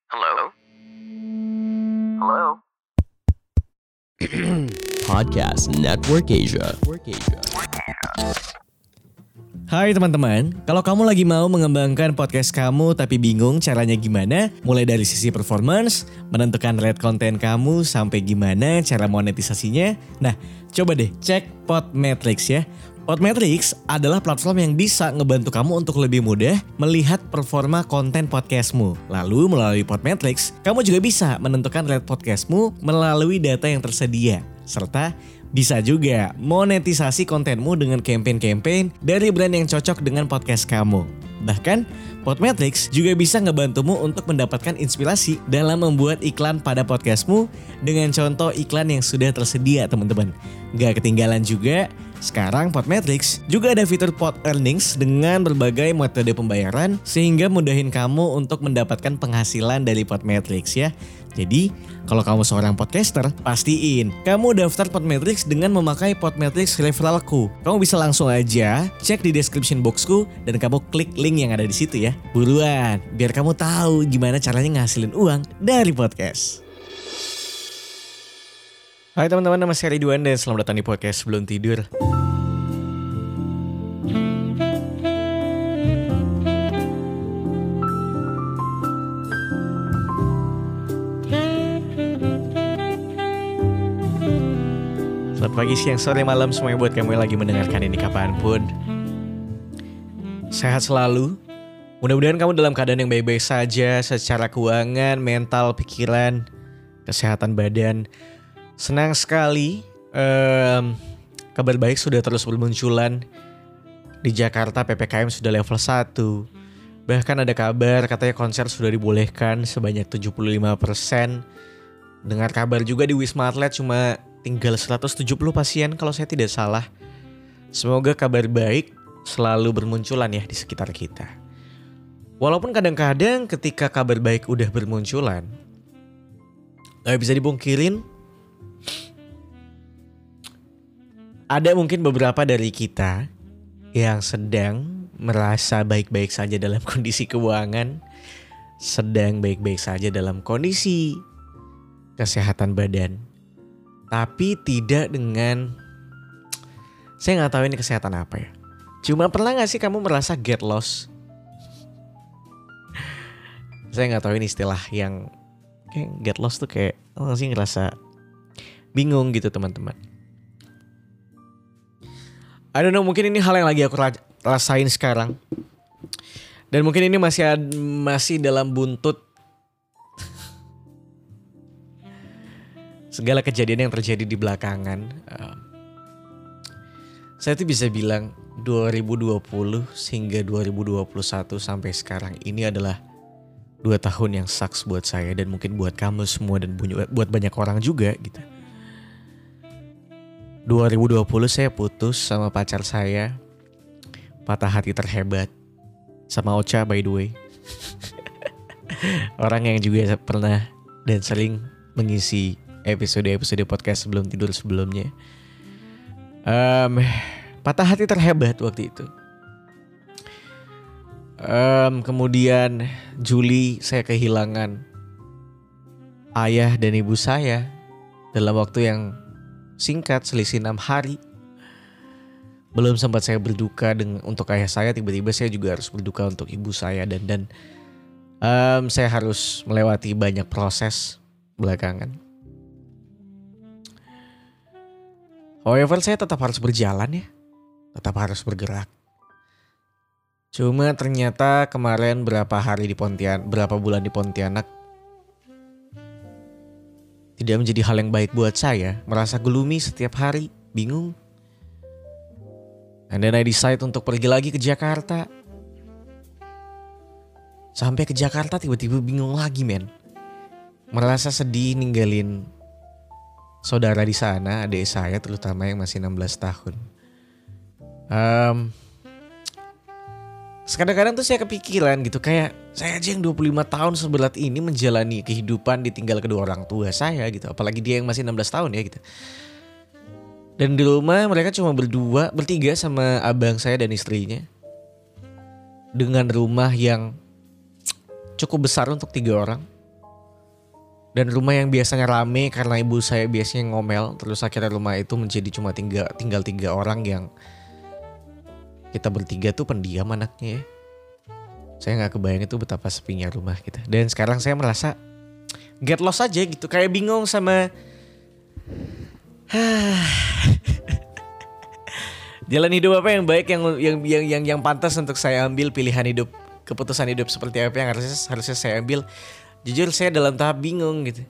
Hello? Hello? Podcast Network Asia. Hai teman-teman, kalau kamu lagi mau mengembangkan podcast kamu tapi bingung caranya gimana, mulai dari sisi performance, menentukan rate konten kamu, sampai gimana cara monetisasinya, nah coba deh cek Podmetrics ya. Podmetrics adalah platform yang bisa ngebantu kamu untuk lebih mudah melihat performa konten podcastmu. Lalu melalui Podmetrics, kamu juga bisa menentukan rate podcastmu melalui data yang tersedia. Serta bisa juga monetisasi kontenmu dengan campaign-campaign dari brand yang cocok dengan podcast kamu. Bahkan, Podmetrics juga bisa ngebantumu untuk mendapatkan inspirasi dalam membuat iklan pada podcastmu dengan contoh iklan yang sudah tersedia, teman-teman. Gak ketinggalan juga, sekarang Podmetrics juga ada fitur Pod Earnings dengan berbagai metode pembayaran sehingga mudahin kamu untuk mendapatkan penghasilan dari Podmetrics ya. Jadi, kalau kamu seorang podcaster, pastiin kamu daftar Podmetrics dengan memakai Podmetrics referralku. Kamu bisa langsung aja cek di description boxku dan kamu klik link yang ada di situ ya. Buruan, biar kamu tahu gimana caranya ngasilin uang dari podcast. Hai teman-teman, nama saya Ridwan dan selamat datang di podcast Sebelum Tidur. Selamat pagi, siang, sore, malam semuanya buat kamu yang lagi mendengarkan ini kapanpun. Sehat selalu. Mudah-mudahan kamu dalam keadaan yang baik-baik saja secara keuangan, mental, pikiran, kesehatan badan. Senang sekali kabar baik sudah terus bermunculan. Di Jakarta PPKM sudah level 1. Bahkan ada kabar katanya konser sudah dibolehkan sebanyak 75%. Dengar kabar juga di Wisma Atlet cuma tinggal 170 pasien kalau saya tidak salah. Semoga kabar baik selalu bermunculan ya di sekitar kita. Walaupun kadang-kadang ketika kabar baik udah bermunculan, gak bisa dipungkirin, ada mungkin beberapa dari kita yang sedang merasa baik-baik saja dalam kondisi keuangan, sedang baik-baik saja dalam kondisi kesehatan badan. Tapi tidak dengan, saya gak tahu ini kesehatan apa ya. Cuma pernah gak sih kamu merasa get lost? Saya gak tahu ini istilah yang kayak get lost tuh kayak sih ngerasa bingung gitu teman-teman. I don't know, mungkin ini hal yang lagi aku rasain sekarang. Dan mungkin ini masih dalam buntut segala kejadian yang terjadi di belakangan. Saya tuh bisa bilang 2020 hingga 2021 sampai sekarang ini adalah 2 tahun yang sucks buat saya dan mungkin buat kamu semua dan buat banyak orang juga gitu. 2020 saya putus sama pacar saya, patah hati terhebat, sama Ocha by the way. Orang yang juga pernah dan sering mengisi episode-episode podcast Sebelum Tidur sebelumnya. Patah hati terhebat waktu itu. Kemudian Juli saya kehilangan ayah dan ibu saya dalam waktu yang singkat, selisih 6 hari. Belum sempat saya berduka untuk ayah saya, tiba-tiba saya juga harus berduka untuk ibu saya dan saya harus melewati banyak proses belakangan. However, saya tetap harus berjalan ya. Tetap harus bergerak. Cuma ternyata kemarin berapa bulan di Pontianak tidak menjadi hal yang baik buat saya. Merasa gloomy setiap hari, bingung. And then I decide untuk pergi lagi ke Jakarta. Sampai ke Jakarta tiba-tiba bingung lagi men. Merasa sedih ninggalin saudara di sana, adik saya terutama yang masih 16 tahun. Kadang-kadang tuh saya kepikiran gitu, kayak saya aja yang 25 tahun seberat ini menjalani kehidupan ditinggal kedua orang tua saya gitu. Apalagi dia yang masih 16 tahun ya gitu. Dan di rumah mereka cuma bertiga sama abang saya dan istrinya. Dengan rumah yang cukup besar untuk 3 orang. Dan rumah yang biasanya rame karena ibu saya biasanya ngomel, terus akhirnya rumah itu menjadi cuma tinggal 3 orang yang kita bertiga tuh pendiam anaknya ya. Saya gak kebayang itu betapa sepinya rumah kita. Dan sekarang saya merasa get lost aja gitu, kayak bingung sama jalan hidup apa yang baik, yang pantas untuk saya ambil, pilihan hidup, keputusan hidup seperti apa yang harusnya saya ambil. Jujur saya dalam tahap bingung gitu.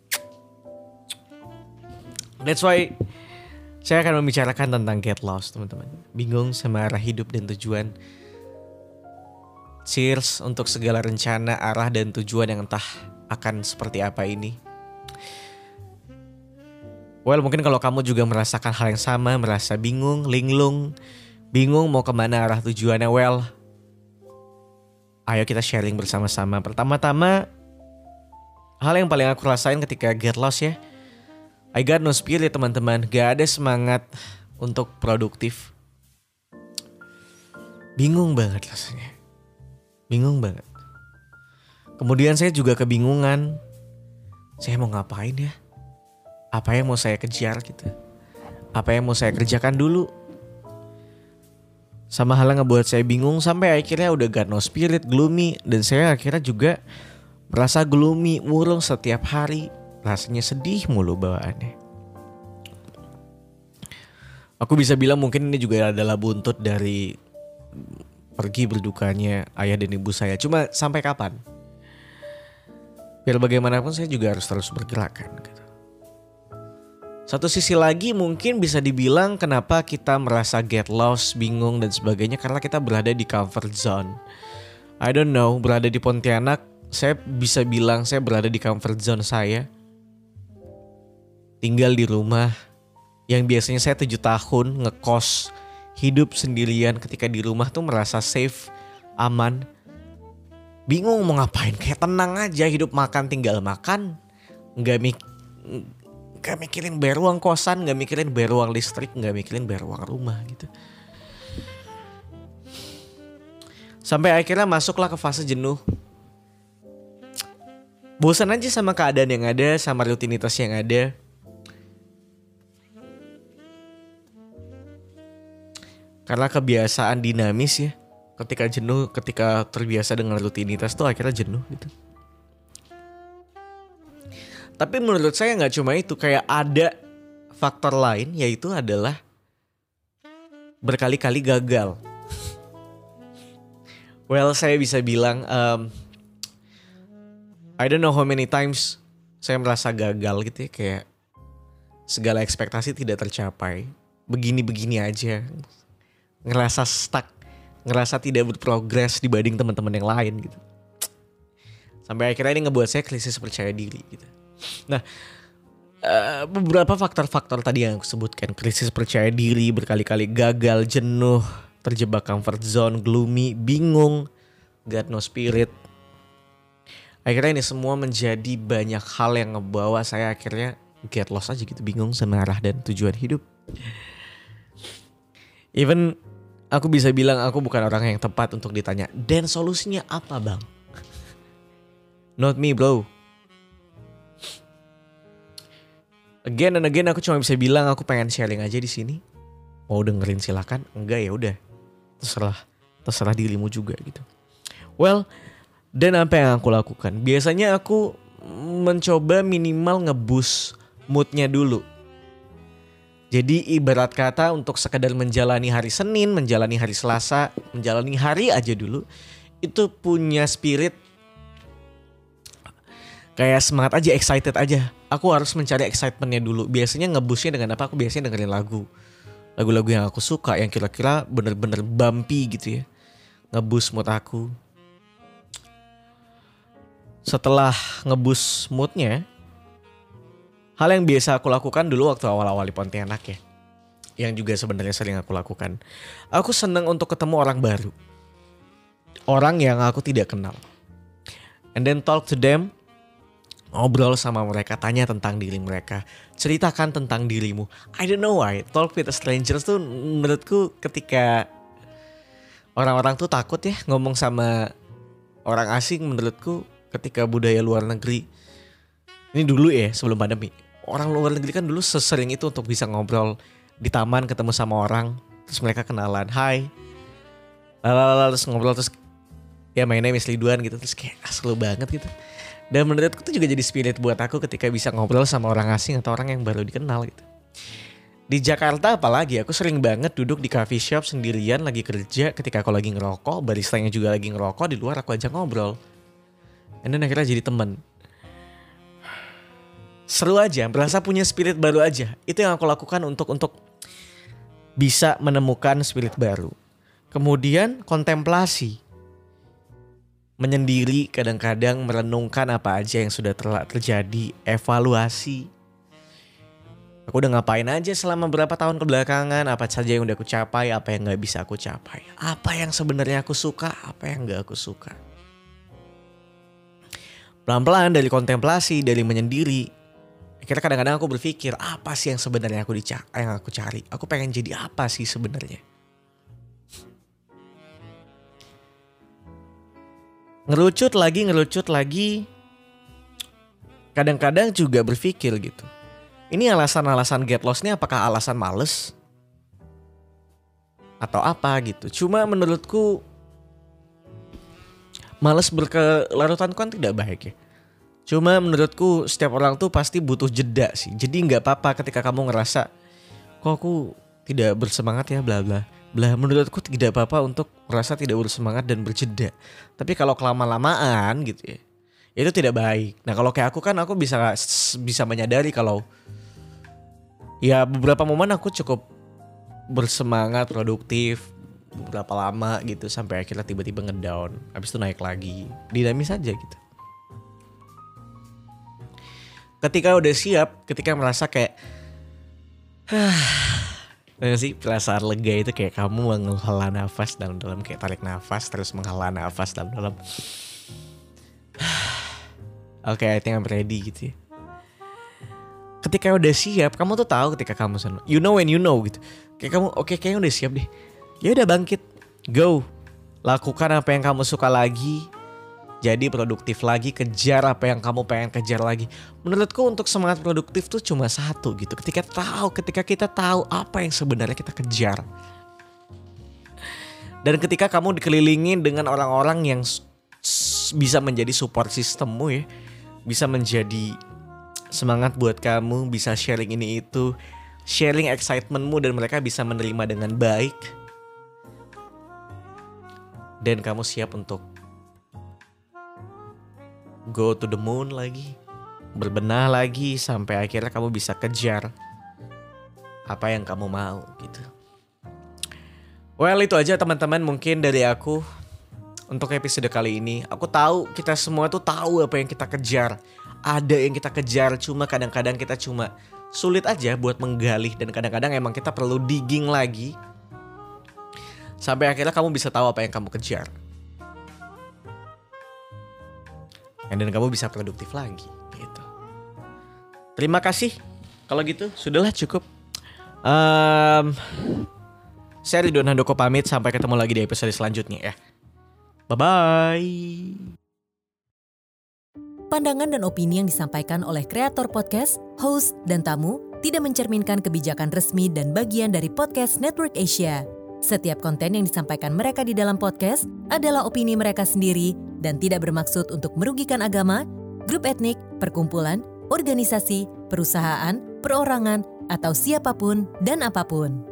That's why saya akan membicarakan tentang get lost, teman-teman. Bingung sama arah hidup dan tujuan. Cheers untuk segala rencana, arah dan tujuan yang entah akan seperti apa ini. Well, mungkin kalau kamu juga merasakan hal yang sama, merasa bingung, linglung, bingung mau kemana arah tujuannya, well, ayo kita sharing bersama-sama. Pertama-tama, hal yang paling aku rasain ketika get lost ya, I got no spirit, teman-teman. Gak ada semangat untuk produktif. Bingung banget rasanya. Bingung banget. Kemudian saya juga kebingungan. Saya mau ngapain ya? Apa yang mau saya kejar gitu? Apa yang mau saya kerjakan dulu? Sama halnya ngebuat saya bingung sampai akhirnya udah got no spirit, gloomy. Dan saya akhirnya juga merasa gloomy, murung setiap hari. Rasanya sedih mulu bawaannya. Aku bisa bilang mungkin ini juga adalah buntut dari pergi berdukanya ayah dan ibu saya. Cuma sampai kapan? Biar bagaimanapun saya juga harus terus bergerak kan gitu. Satu sisi lagi mungkin bisa dibilang kenapa kita merasa get lost, bingung dan sebagainya, karena kita berada di comfort zone. I don't know, berada di Pontianak, saya bisa bilang saya berada di comfort zone saya. Tinggal di rumah yang biasanya saya 7 tahun ngekos, hidup sendirian, ketika di rumah tuh merasa safe, aman. Bingung mau ngapain, kayak tenang aja hidup, makan tinggal makan. Gak mikirin bayar uang kosan, gak mikirin bayar uang listrik, gak mikirin bayar uang rumah gitu. Sampai akhirnya masuklah ke fase jenuh. Bosan aja sama keadaan yang ada, sama rutinitas yang ada. Karena kebiasaan dinamis ya. Ketika jenuh, ketika terbiasa dengan rutinitas tuh akhirnya jenuh gitu. Tapi menurut saya gak cuma itu, kayak ada faktor lain, yaitu adalah berkali-kali gagal. Well, saya bisa bilang I don't know how many times saya merasa gagal gitu ya, kayak segala ekspektasi tidak tercapai. Begini-begini aja. Ngerasa stuck, ngerasa tidak berprogres dibanding teman-teman yang lain gitu. Sampai akhirnya ini ngebuat saya krisis percaya diri gitu. Nah, beberapa faktor-faktor tadi yang aku sebutkan, krisis percaya diri, berkali-kali gagal, jenuh, terjebak comfort zone, gloomy, bingung, got no spirit. Akhirnya ini semua menjadi banyak hal yang ngebawa saya akhirnya get lost aja gitu, bingung sama arah dan tujuan hidup. Even aku bisa bilang aku bukan orang yang tepat untuk ditanya, dan solusinya apa bang? Not me bro. Again and again aku cuma bisa bilang aku pengen sharing aja di sini. Mau dengerin silakan, enggak ya udah. Terserah dirimu juga gitu. Well, dan apa yang aku lakukan? Biasanya aku mencoba minimal nge-boost moodnya dulu. Jadi ibarat kata untuk sekadar menjalani hari Senin, menjalani hari Selasa, menjalani hari aja dulu, itu punya spirit kayak semangat aja, excited aja. Aku harus mencari excitementnya dulu. Biasanya nge-boostnya dengan apa? Aku biasanya dengerin lagu-lagu yang aku suka, yang kira-kira bener-bener bumpy gitu ya, nge-boost mood aku. Setelah nge-boost moodnya, hal yang biasa aku lakukan dulu waktu awal-awal di Pontianak ya, yang juga sebenarnya sering aku lakukan, aku seneng untuk ketemu orang baru, orang yang aku tidak kenal, and then talk to them. Ngobrol sama mereka, tanya tentang diri mereka, ceritakan tentang dirimu. I don't know why, talk with a stranger tuh menurutku ketika orang-orang tuh takut ya ngomong sama orang asing, menurutku ketika budaya luar negeri. Ini dulu ya sebelum pandemi. Orang luar negeri kan dulu sesering itu untuk bisa ngobrol di taman, ketemu sama orang, terus mereka kenalan, hai, lalu terus ngobrol, terus ya my name is Ridwan gitu, terus kayak seru banget gitu. Dan menurutku itu juga jadi spirit buat aku ketika bisa ngobrol sama orang asing atau orang yang baru dikenal gitu. Di Jakarta apalagi aku sering banget duduk di coffee shop sendirian lagi kerja, ketika aku lagi ngerokok, baristanya juga lagi ngerokok, di luar aku ajak ngobrol. And then akhirnya jadi teman. Seru aja, berasa punya spirit baru aja. Itu yang aku lakukan untuk bisa menemukan spirit baru. Kemudian kontemplasi. Menyendiri, kadang-kadang merenungkan apa aja yang sudah terjadi, evaluasi. Aku udah ngapain aja selama berapa tahun kebelakangan, apa saja yang udah aku capai, apa yang gak bisa aku capai. Apa yang sebenarnya aku suka, apa yang gak aku suka. Pelan-pelan dari kontemplasi, dari menyendiri, akhirnya kadang-kadang aku berpikir, apa sih yang sebenarnya yang aku cari? Aku pengen jadi apa sih sebenarnya? Ngerucut lagi. Kadang-kadang juga berpikir gitu. Ini alasan-alasan get lost ini apakah alasan males? Atau apa gitu. Cuma menurutku males berkelarut-larut kan tidak baik ya. Cuma menurutku setiap orang tuh pasti butuh jeda sih. Jadi gak apa-apa ketika kamu ngerasa kok aku tidak bersemangat ya bla bla. Menurutku tidak apa-apa untuk merasa tidak bersemangat dan berjeda. Tapi kalau kelama-lamaan gitu ya, itu tidak baik. Nah kalau kayak aku kan aku bisa menyadari kalau ya beberapa momen aku cukup bersemangat, produktif beberapa lama gitu sampai akhirnya tiba-tiba ngedown. Habis itu naik lagi. Dinamis aja gitu. Ketika udah siap, ketika merasa kayak sih perasaan lega itu kayak kamu menghela nafas dalam-dalam, kayak tarik nafas terus menghela nafas dalam-dalam. Oke, I think I'm ready gitu ya. Ketika udah siap, kamu tuh tahu ketika kamu you know when you know gitu. Kayak kamu kayaknya udah siap deh. Ya udah bangkit, go. Lakukan apa yang kamu suka lagi. Jadi produktif lagi, kejar apa yang kamu pengen kejar lagi. Menurutku untuk semangat produktif tuh cuma satu gitu. Ketika kita tahu apa yang sebenarnya kita kejar. Dan ketika kamu dikelilingin dengan orang-orang yang bisa menjadi support sistemmu ya. Bisa menjadi semangat buat kamu, bisa sharing ini itu. Sharing excitementmu dan mereka bisa menerima dengan baik. Dan kamu siap untuk go to the moon lagi, berbenah lagi sampai akhirnya kamu bisa kejar apa yang kamu mau gitu. Well itu aja teman-teman mungkin dari aku untuk episode kali ini. Aku tahu kita semua tuh tahu apa yang kita kejar. Ada yang kita kejar, cuma kadang-kadang kita cuma sulit aja buat menggali. Dan kadang-kadang emang kita perlu digging lagi sampai akhirnya kamu bisa tahu apa yang kamu kejar. Dan kamu bisa produktif lagi gitu. Terima kasih. Kalau gitu sudahlah cukup. Saya Ridwan Handoko pamit. Sampai ketemu lagi di episode selanjutnya ya. Bye-bye. Pandangan dan opini yang disampaikan oleh kreator podcast, host, dan tamu tidak mencerminkan kebijakan resmi dan bagian dari Podcast Network Asia. Setiap konten yang disampaikan mereka di dalam podcast adalah opini mereka sendiri dan tidak bermaksud untuk merugikan agama, grup etnik, perkumpulan, organisasi, perusahaan, perorangan, atau siapapun dan apapun.